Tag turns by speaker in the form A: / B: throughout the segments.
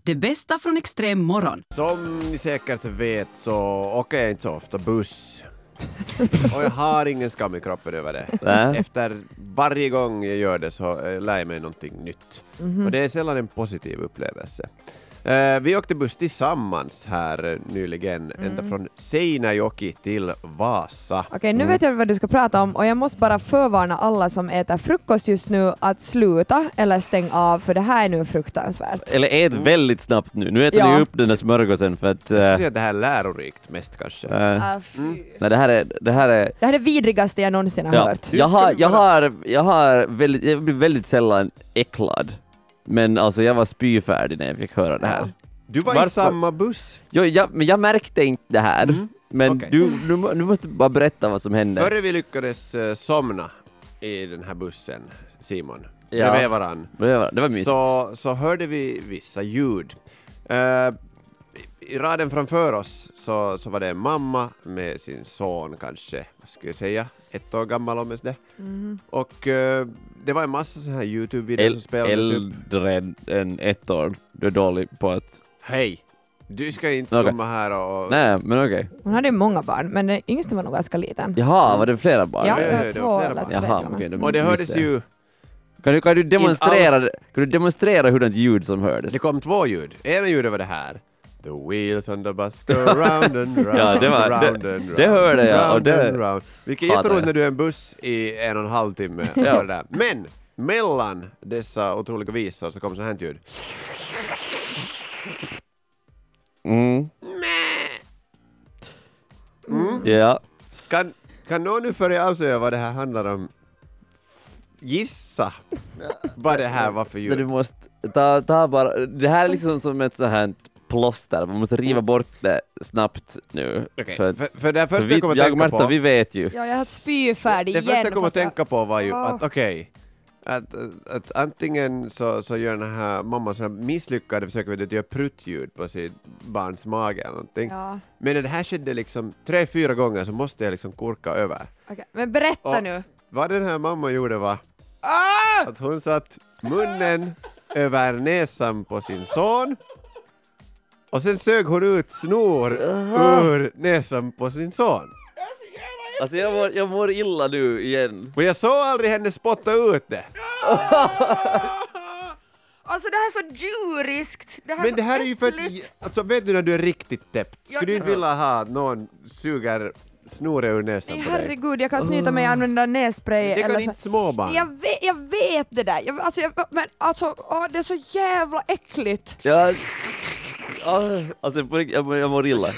A: Det bästa från Extrem morgon.
B: Som ni säkert vet så åker jag inte så ofta buss. Och jag har ingen skam i kroppen över det. Efter varje gång jag gör det så lär jag mig någonting nytt. Och det är sällan en positiv upplevelse. Vi åkte buss tillsammans här nyligen, ända från Seinäjoki till Vasa.
C: Okej, nu vet jag vad du ska prata om och jag måste bara förvarna alla som äter frukost just nu att sluta eller stänga av, för det här är nu fruktansvärt.
D: Eller ät väldigt snabbt nu. Nu äter ni upp den där smörgåsen för att...
B: Jag skulle säga att det här är lärorikt mest kanske.
D: Nej, det här är...
C: Det här är det vidrigaste jag någonsin har hört.
D: Jag blir väldigt sällan äcklad. Men alltså jag var spyfärdig när jag fick höra det här.
B: Du var i samma buss.
D: Men jag märkte inte det här. Men
B: Okay.
D: du måste bara berätta vad som hände.
B: Före vi lyckades somna i den här bussen, Simon, bredvid varann,
D: det var mysigt.
B: så hörde vi vissa ljud. I raden framför oss så var det en mamma med sin son, kanske, vad ska jag säga, 1 år gammal om det. Och det var en massa sådana här YouTube-videor som spelades upp.
D: Äldre än 1 år. Du är dålig på att...
B: Hej! Du ska inte komma här och...
D: Nej, men okej.
C: Hon hade ju många barn, men den yngste var nog ganska liten.
D: Jaha, var det flera barn?
C: Ja,
B: det
C: två
B: var flera
C: eller
B: barn.
C: tre.
D: Jaha, okej.
B: Och det hördes ju...
D: Kan du demonstrera hur det ljud som hördes?
B: Det kom 2 ljud. Ena ljudet var det här. The wheels on the bus go round and round.
D: Ja, det var-
B: round
D: det-
B: and round,
D: det hörde jag, och det-
B: and round. Vilket
D: hatar
B: jätteroligt
D: jag.
B: när du är en buss i 1,5 timme.
D: Ja.
B: Där. Men mellan dessa otroliga visor så kom så här ljud.
D: Ja.
B: Kan någon nu före avslöja vad det här handlar om? Gissa vad det här var för ljud.
D: Du måste ta bara... Det här är liksom som ett så här plåster. Man måste riva bort det snabbt nu.
B: Okej,
D: För
B: för det första jag kommer att tänka
D: Marta,
B: på...
D: vi vet ju.
C: Ja, jag har spyfärdig
B: Det
C: igen.
B: första jag kommer att
C: fast
B: tänka på var ju att att antingen så gör den här mamman så här misslyckade försöker att göra pruttljud på sitt barns mage eller någonting.
C: Ja.
B: Men när det här skedde liksom 3-4 gånger så måste jag liksom korka över.
C: Okej, men berätta nu.
B: Vad den här mamman gjorde var att hon satt munnen över näsan på sin son och sen sög hon ut snor ur näsan på sin son.
D: Alltså jag mår illa nu igen.
B: Och jag såg aldrig henne spotta ut det.
C: Alltså det här är så djuriskt.
B: Men det här är ju för att, alltså vet du när du är riktigt täppt, skulle du inte vilja ha någon suger snoret ur näsan
C: Nej,
B: på dig?
C: herregud, jag kan snyta mig och använda nässpray.
B: Det kan
C: eller
B: inte småbarn.
C: Jag vet det där. Men det är så jävla äckligt.
D: Alltså jag mår illa.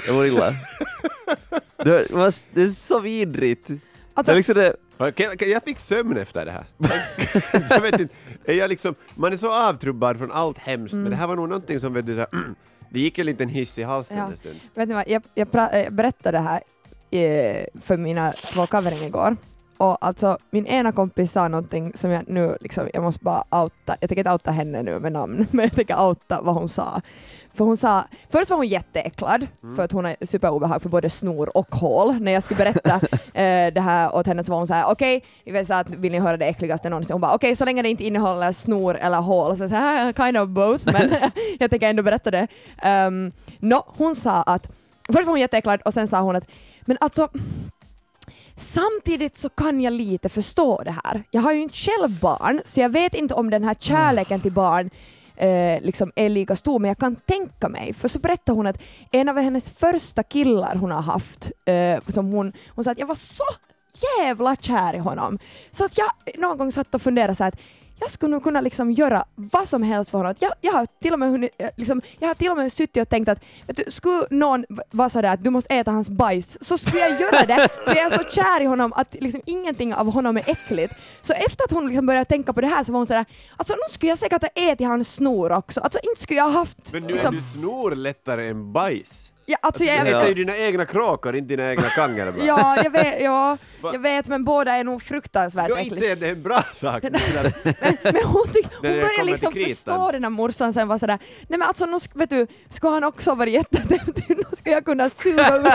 D: Det är så vidrigt.
C: Alltså,
D: Det är liksom det...
B: Jag fick sömn efter det här. Jag vet inte, man är så avtrubbad från allt hemskt, men det här var nog någonting som, vet du, så här, det gick en liten hiss i halsen en stund.
C: vet ni vad, jag berättade det här för mina 2 kaverin igår. Och alltså min ena kompis sa någonting som jag nu liksom, jag måste bara outa. Jag tänker inte outa henne nu med namn, men jag tänker outa vad hon sa. För hon sa, först var hon jätteäcklad för att hon är superobehag för både snor och hål. När jag skulle berätta det här åt henne så var hon så här: okej, jag sa att vill ni höra det äckligaste någonsin? Hon bara okej, så länge det inte innehåller snor eller hål. Så jag sa kind of both, men jag tänker ändå berätta det. Hon sa att, först var hon jätteäcklad och sen sa hon att, men alltså samtidigt så kan jag lite förstå det här. Jag har ju inte själv barn, så jag vet inte om den här kärleken till barn liksom är lika stor, men jag kan tänka mig. För så berättade hon att en av hennes första killar hon har haft, som hon sa att jag var så jävla kär i honom. Så att jag någon gång satt och funderade så här att jag skulle nog kunna liksom göra vad som helst för honom. Jag har till och med suttit och tänkt att vet du, skulle någon vara sådär att du måste äta hans bajs, så skulle jag göra det, för jag är så kär i honom att liksom ingenting av honom är äckligt. Så efter att hon liksom började tänka på det här så var hon sådär, alltså nu skulle jag säkert äta hans snor också. Alltså inte skulle jag ha haft...
B: Men nu är du snor lättare än bajs.
C: Ja, alltså
B: Du hittar ju dina egna kråkor, inte dina egna kangelbär.
C: Jag vet, men båda är nog fruktansvärt
B: Du har inte
C: äckliga.
B: sett det är en bra sak.
C: Men hon
B: När det
C: började
B: kommer
C: liksom
B: till kritan.
C: förstå den här morsan sen var sådär, nej men alltså nu vet du, ska han också vara jättetämt, nu ska jag kunna suga ut.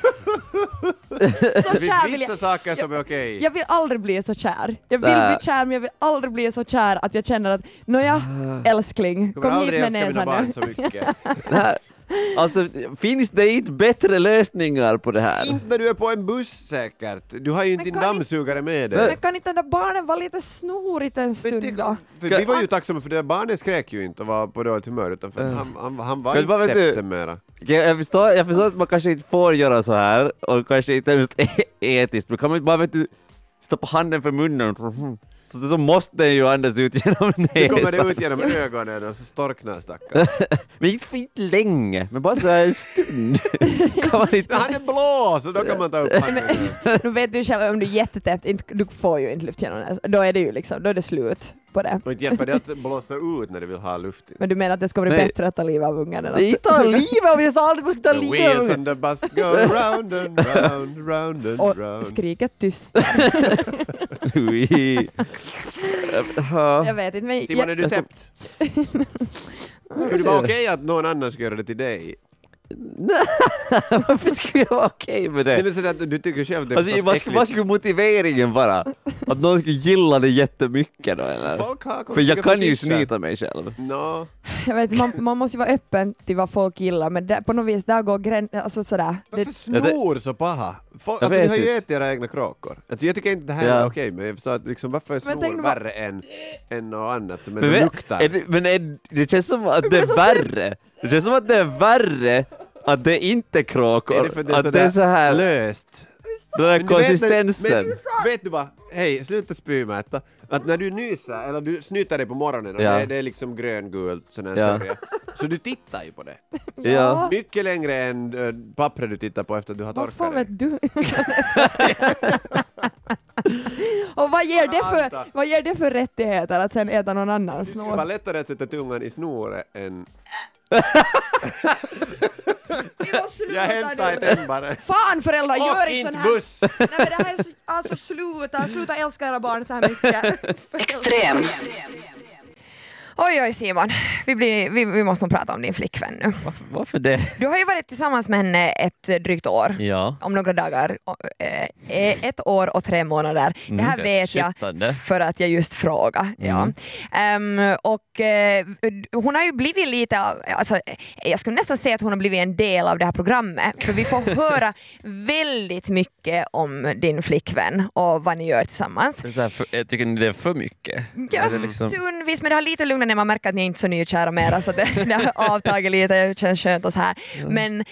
C: Så
B: Det finns
C: kär vill
B: vissa
C: jag.
B: saker som är okej.
C: Jag vill aldrig bli så kär. Jag vill bli kär, men jag vill aldrig bli så kär att jag känner att nåja, älskling,
B: Kommer
C: kom hit
B: aldrig
C: med
B: älska mina
C: näsan
B: barn
C: nu.
B: så mycket.
D: Det här, alltså, finns det inte bättre lösningar på det här?
B: Inte när du är på en buss säkert. Du har ju inte
C: Men
B: din
C: kan
B: dammsugare med
C: Men
B: dig.
C: kan inte den där barnen vara lite snorigt en stund då?
B: För vi var ju tacksamma för det där barnet skrek ju inte och var på dåligt humör utan för att han var
D: Men vad
B: inte
D: vet du?
B: täpsen mera.
D: Jag förstår att man kanske inte får göra så här och kanske inte just etiskt, men kan man inte bara vet du, stoppa handen för munnen så måste den ju andas ut genom
B: Så kommer det
D: näsan.
B: ut genom ögonen och så storknar stackaren.
D: Men inte länge, men bara så här en stund. Kan man inte...
B: Han är blå så då kan man ta upp handen.
C: Nu vet du själv, om du är jättetäppt, du får ju inte luft genom näsan. Då är det ju liksom, då är det slut på det.
B: Och inte hjälper det att blåsa ut när du vill ha luft i.
C: Men du menar att det ska vara
D: Nej.
C: bättre att ta livet av ungen än
D: Det är inte
C: att...
D: ta livet av, jag sa aldrig att man ska ta
B: The
D: livet av.
B: wheels on the bus go round and round, round and
C: Och
B: round.
C: skriket tyst.
D: Ui.
C: Jag vet inte, men...
B: Simon, är du täppt? Skulle det vara okej att någon annan ska göra det till dig?
D: Varför skulle jag vara okej med
B: Det
D: det?
B: vill säga att du tycker själv det är
D: Alltså,
B: förstås
D: vad skulle motiveringen vara? Att någon skulle gilla det jättemycket då eller?
B: Folk har
D: För jag kan ju
B: fetischer.
D: snyta mig själv.
B: No.
C: Jag vet, man måste ju vara öppen till vad folk gillar, men på något vis där går gränsen, alltså sådär.
B: Varför snor så paha? Folk,
D: Jag
B: alltså, ni
D: vet
B: har ju
D: inte.
B: ätit era egna kråkor. Alltså, jag tycker inte det här
D: Ja.
B: är okej, men jag förstår att liksom, varför är
C: Men tänk
B: snor
C: nu
B: värre än något annat som
D: Men,
B: ändå
D: vet-
B: luktar?
D: det känns som att det är värre. Det känns som att det är värre att det inte är kråkor.
B: Är det för det är
D: att det är så här
B: löst?
D: den där
B: Men du vet-
D: konsistensen.
B: Men vet du vad? Hej, sluta spymäta. Att när du nyser, eller du snyter dig på morgonen och
D: Ja.
B: det är liksom gröngult sån här
D: Ja.
B: sörja, så du tittar ju på det.
D: Ja.
B: Mycket längre än pappret du tittar på efter att du har
C: Vad
B: torkat
C: fan
B: dig.
C: vet du? Och vad ger det för rättigheter att sen äta någon annans
B: Det var
C: snor?
B: lättare att sätta tungan i snoret än... Jag hämtar ett ämbare.
C: Fan föräldrar,
B: Och
C: gör inte
B: inte
C: sån här!
B: buss!
C: Nej men det här är så, alltså sluta älska era barn så här mycket.
A: Extrem.
C: Oj Simon, vi måste nog prata om din flickvän nu.
D: Varför det?
C: Du har ju varit tillsammans med henne ett drygt år.
D: Ja.
C: Om några dagar. 1 år och 3 månader. Det här vet jag
D: Kittande.
C: för att jag just frågade. Ja. Hon har ju blivit lite av, alltså, jag skulle nästan säga att hon har blivit en del av det här programmet. För vi får höra väldigt mycket om din flickvän och vad ni gör tillsammans.
D: Det är så här, jag tycker ni det är för mycket.
C: Ja,
D: Är det liksom...
C: stundvis, men det har lite lugnat när man märker att ni inte är så nykära mera, så det har avtagit lite, det känns skönt och så här.
D: Ja.
C: Men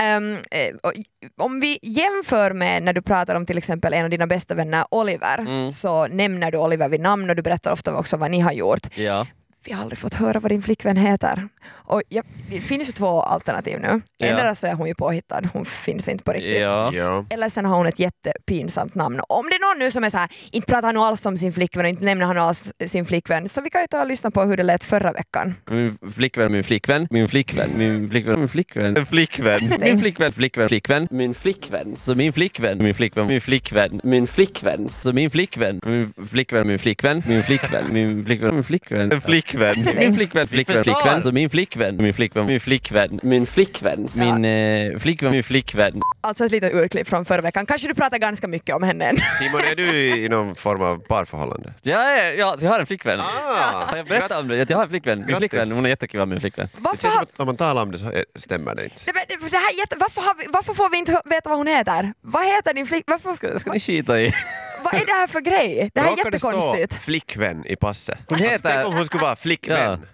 C: om vi jämför med när du pratar om till exempel en av dina bästa vänner Oliver, så nämner du Oliver vid namn och du berättar ofta också vad ni har gjort.
D: Ja.
C: Vi har aldrig fått höra vad din flickvän heter. Och det finns ju 2 alternativ nu.
D: Ja.
C: Endera så är hon ju påhittad, hon finns inte på riktigt.
D: Ja.
B: Ja.
C: Eller sen har hon ett jättepinsamt namn. Om det är någon nu som är så här, inte pratar han alls om sin flickvän och inte nämner han alls sin flickvän, så vi kan ju ta och lyssna på hur det lät förra veckan.
D: Min flickvän, min flickvän, min flickvän, min flickvän, min flickvän, min flickvän, min flickvän, flickvän, flickvän, min flickvän, så min flickvän, min flickvän, min flickvän, min flickvän, så min flickvän, min flickvän, min flickvän, min flickvän, min flickvän, min flickvän, min flickvän, min flickvän, flickvän, så min flickvän, min flickvän, min flickvän, min flickvän, min flickvän, min flickvän.
C: Alltså ett litet urklipp från förra veckan. Kanske du pratar ganska mycket om henne än.
B: Simon, är du i någon form av parförhållande?
D: Ja, så jag har en flickvän.
B: Ah,
D: Har jag berättat om det? Att jag har en flickvän. Min
B: Grattis.
D: flickvän, hon är jättekul, min flickvän.
B: Det
C: Varför,
B: känns som att om man talar om det så stämmer det inte.
C: det här varför får vi inte veta vad hon heter? Vad heter din flickvän?
D: Ska ni skita i?
C: Vad är det här för grej? Det här är
B: Råkar det stå
C: jättekonstigt.
B: flickvän i passet?
D: Hon heter-
B: Tänk om hon skulle vara flickvän.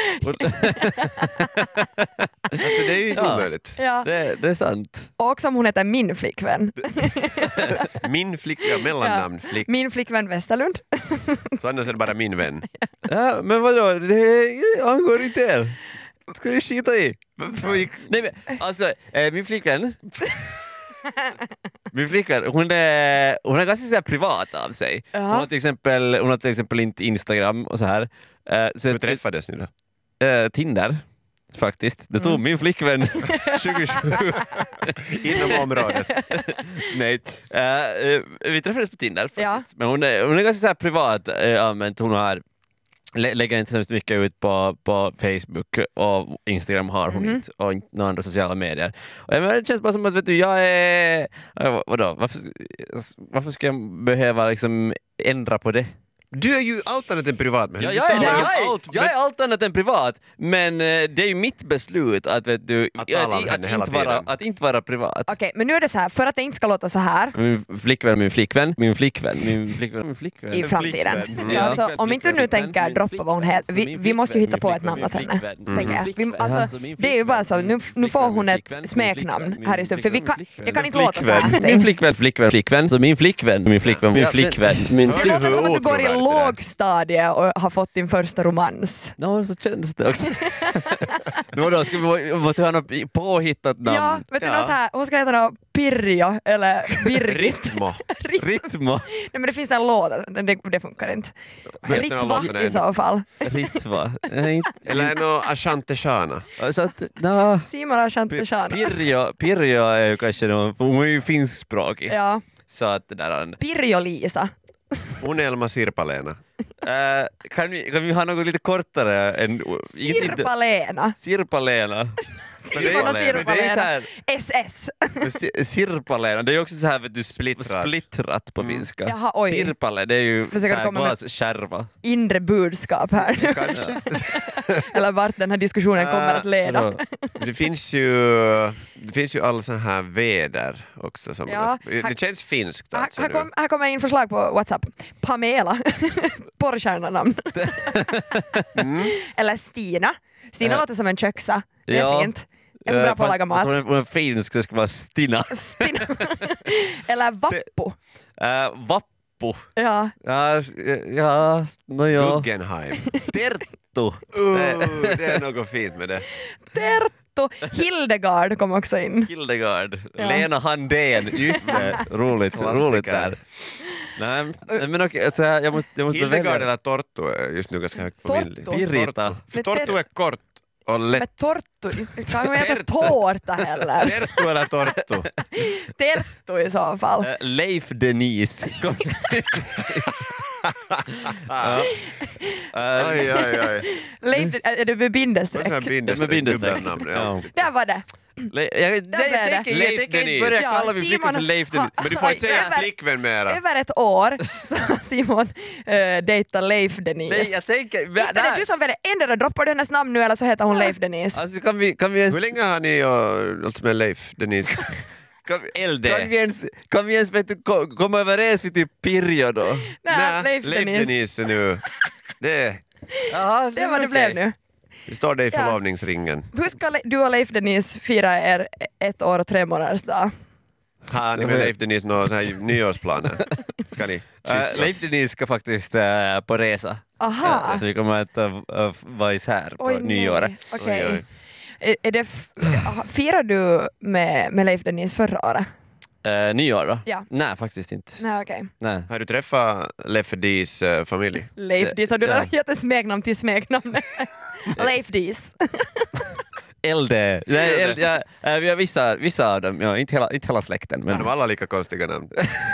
B: Alltså det är ju inte
D: Ja.
B: omöjligt.
C: Ja.
D: Det är sant.
C: Och också om hon heter min flickvän.
B: Min flickvän, mellannamn flick.
C: Min flickvän Westerlund.
B: Så annars är det bara min vän.
D: Ja, men vadå? Det angår inte er. Ska ni skita i? Nej men alltså, min flickvän hon är ganska så här privat av sig.
C: Ja.
D: Hon har till exempel inte Instagram och så här. Så
B: Hur träffades ni då?
D: Tinder. faktiskt. Det stod min flickvän 27
B: inom området.
D: Nej. Vi träffades på Tinder faktiskt.
C: Ja.
D: Men hon är ganska så här privat använt. Hon har lägger inte så mycket ut på Facebook och Instagram har hon inte och inte några andra sociala medier. Och det känns bara som att vet du, jag är vadå? Varför ska jag behöva liksom ändra på det?
B: Du är ju allt annat än privat. Men
D: Jag är allt annat än privat, men det är ju mitt beslut att vet du att inte vara privat.
C: Okej, men nu är det så här, för att det inte ska låta så här
D: min flickvän
C: i framtiden. Så alltså, om inte du nu tänker droppa vad hon heter, vi måste ju hitta på ett namn åt henne. Alltså, det är ju bara så, nu får hon ett smeknamn här i stunden, för det kan inte låta så här.
D: Min flickvän, så min flickvän.
C: Det låter som att du går i lågstadie och har fått din första romans.
D: Ja, så känns det också. Måste ha något påhittat namn.
C: Ja, vet du, så här, hon ska heta något Pirjo eller Birgit.
D: Ritmo.
C: Nej, men det finns en låda, det funkar inte. Ritva i så fall.
D: Ritva.
B: Eller något Ashanteshana.
C: Simon Ashanteshana.
D: Pirjo är ju kanske hon är ju finskspråkig.
C: Ja.
D: Så att det där
C: Pirjo-Liisa.
B: Unelma Sirpa-Lena.
D: Kan vi ha något lite kortare än
C: Sirpa-Lena.
D: Sirpa-Lena.
C: Simon och Sirpa-Lena. SS.
D: Sirpa-Lena, det är ju också så här vet du, splittrat på finska.
C: Jaha, oj.
D: Sirpa-Lena, det är ju
C: försöker
D: glaskärva.
C: Inre budskap här nu.
B: Kanske.
C: Eller vart den här diskussionen kommer att leda.
B: Det finns ju alla sån här väder också. Som det känns finskt. Alltså
C: här kommer in förslag på WhatsApp. Pamela. Porrstjärnanamn. Eller Stina. Stina låter som en köksa. Det är fint. Är hon bra på att laga mat?
D: Hon är finsk, det ska vara Stina.
C: Eller Vappu.
D: Vappu.
C: Ja.
B: Guggenheim.
D: Terttu.
B: Det är något fint med det.
C: Terttu. Hildegard kom också in.
D: Hildegard. Ja. Lena Handén. Just det. Roligt där. Nej, men okej, så jag måste
B: Hildegard eller Torttu är just nu ganska högt på min lista.
D: Pirita.
B: Torttu är kort och lätt.
C: Men Torttu, kan man äta tårta heller?
B: Terttu eller Torttu?
C: Terttu i så fall.
D: Leif Denise.
B: Oj.
C: Leif, är det med bindestreck?
B: Med bindestreck.
C: Där var det.
D: Jag tänker inte börja kalla min flickvän för Leif Denise.
B: Men du får inte säga flickvän mera.
C: Över ett år så Simon dejtar Leif Denise.
D: Nej, jag tänker...
C: Inte det är du som väljer. Ändå droppar du hennes namn nu eller så heter hon Leif Denise.
D: Alltså kan vi ens...
B: Hur länge har ni alltså med Leif Denise?
D: Kan vi ens komma överens vid typ Pirjo då?
C: Nej, Leif
B: Denise nu. Det
C: var vad det blev nu.
B: Det står det i förlovningsringen.
C: Hur ska du och Leif Denise fira 1 år och 3 månaders dag?
B: Har ni med Leif Denise några nyårsplaner? Ska ni kyssas?
D: Leif Denise ska faktiskt på resa.
C: Aha.
D: Så vi kommer att vara isär på nyåret.
C: Okej. Firar du med Leif Denise förra året?
D: Nyår då?
C: Ja.
D: Nej, faktiskt inte.
C: Nej, okej.
D: Nej.
B: Har du träffat Leif Dis familj?
C: Leif Dis, har du redan gett en smeknamn till smeknamnet? Leif Dis.
D: LD. Vi har vissa av dem, inte hela släkten. Men
B: de alla lika konstiga namn.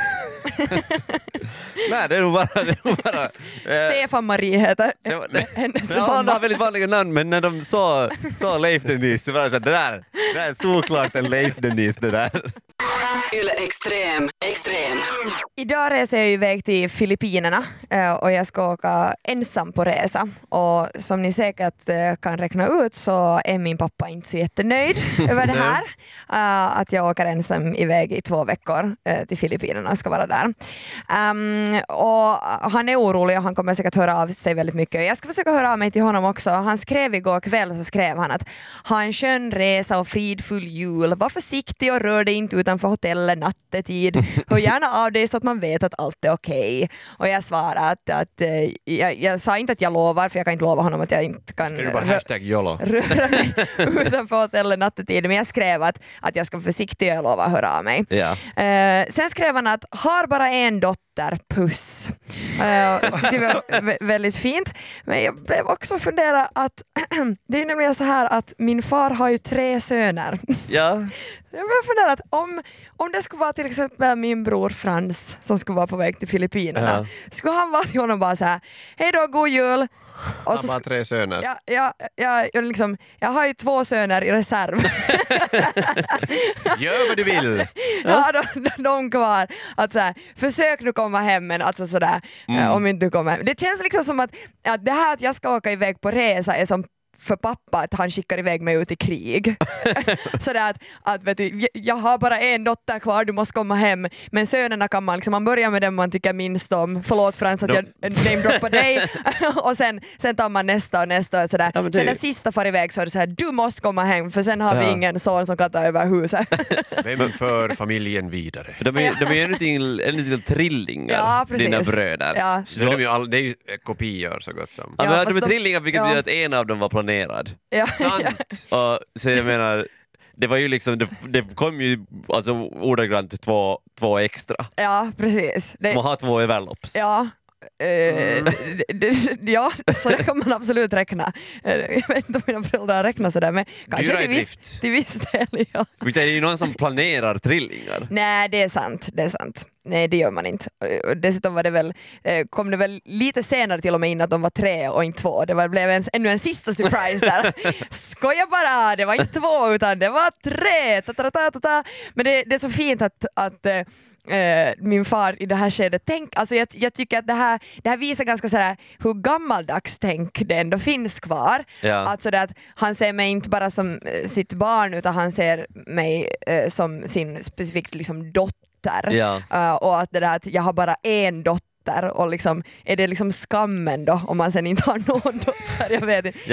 D: Nej, det är nog bara
C: Stefan Marie heter hennes mamma.
D: Han har väldigt vanliga namn, men när de sa Leif Denise så var det så här, det där är såklart en Leif Denise det där.
A: Yle Extrem.
C: Idag reser jag iväg till Filippinerna och jag ska åka ensam på resa. Och som ni säkert kan räkna ut så är min pappa inte så jättenöjd över det här. Att jag åker ensam iväg i 2 veckor till Filippinerna, ska vara där. Och han är orolig och han kommer säkert höra av sig väldigt mycket. Jag ska försöka höra av mig till honom också. Han skrev igår kväll, så skrev han att ha en skön resa och fridfull jul. Var försiktig och rör dig inte utanför hotellet nattetid. Hör gärna av dig så att man vet att allt är okej. Och jag svarade att jag sa inte att jag lovar, för jag kan inte lova honom att jag inte kan röra mig utanför hotellet nattetid. Men jag skrev att jag ska vara försiktig och jag lovar att höra av mig.
D: Ja.
C: Sen skrev han att har bara en dotter dotterpuss. Det var väldigt fint. Men jag blev också fundera att det är nämligen så här att min far har ju 3 söner.
D: Ja.
C: Jag blev fundera att om det skulle vara till exempel min bror Frans som skulle vara på väg till Filippinerna, skulle han vara till honom bara så här: hej då, god jul. Och
B: han har 3 söner.
C: Jag har ju 2 söner i reserv.
B: Gör vad du vill.
C: Ja, de kvar. Att så här, försök nu komma hem, men alltså sådär, om inte du kommer hem. Det känns liksom som att det här att jag ska åka iväg på resa är som för pappa att han skickar iväg mig ut i krig. Sådär att vet du, jag har bara en dotter kvar, du måste komma hem. Men sönerna kan man börjar med den man tycker minst om. Förlåt Frans att jag namedroppar dig. Och sen tar man nästa och sådär. Ja, sen när sista far iväg så är det såhär, du måste komma hem, för sen har vi ingen son som kan ta över huset.
B: Vem för familjen vidare?
D: För de är ju en trillingar, dina bröder.
C: Ja.
B: Så det är ju kopior så gott som.
D: Ja, men de är trillingar, vilket betyder att en av dem var planerad.
C: Ja.
B: Sant!
D: Och så jag menar, det var ju liksom, det kom ju alltså ordagrant två extra.
C: Ja, precis.
D: Som har 2 överlopps.
C: Ja. Ja, så det kan man absolut räkna. Jag vet inte om mina föräldrar räknar sådär, men kanske till viss del, ja.
D: Det är ju någon som planerar trillingar.
C: Nej, det är sant. Nej, det gör man inte. Dessutom var det väl, kom det väl lite senare till och med in att de var 3 och inte 2. Det blev ännu en sista surprise där. Skoja bara, det var inte 2 utan det var 3. Men det är så fint att min far i det här skedet alltså jag tycker att det här visar ganska sådär hur gammaldags tänk det ändå finns kvar.
D: Ja.
C: Alltså det att han ser mig inte bara som sitt barn, utan han ser mig som sin specifikt liksom dotter.
D: Ja.
C: Och att det där att jag har bara en dotter, och liksom, är det liksom skammen då om man sen inte har någon dotter? Jag vet inte.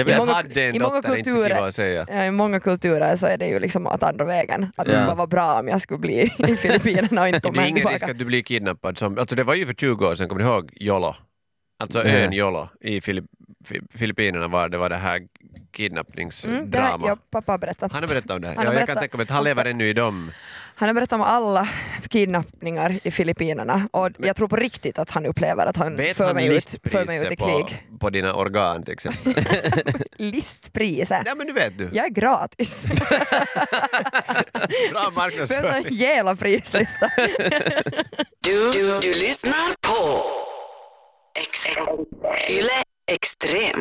C: I många kulturer så är det ju liksom åt andra vägen. Att det skulle vara bra om jag skulle bli i Filippinerna och inte komma hem tillbaka.
B: Det är ingen risk att du blir kidnappad. Alltså det var ju för 20 år sedan, kommer du ihåg Jolo? Alltså ön Jolo i Filippinerna det var det här kidnappningsdrama.
C: Ja, pappa berättade.
B: Han har berättat om det. Jag kan tänka mig att han lever ännu i dem.
C: Han har berättat om alla kidnappningar i Filippinerna, och jag tror på riktigt att han upplever att han för mig ut i krig.
B: På dina organ till exempel.
C: Listpriser?
B: Ja, men du vet du.
C: Jag är gratis.
B: Bra marknadsföring.
C: En jävla prislista.
A: Du lyssnar på Yle Extrem.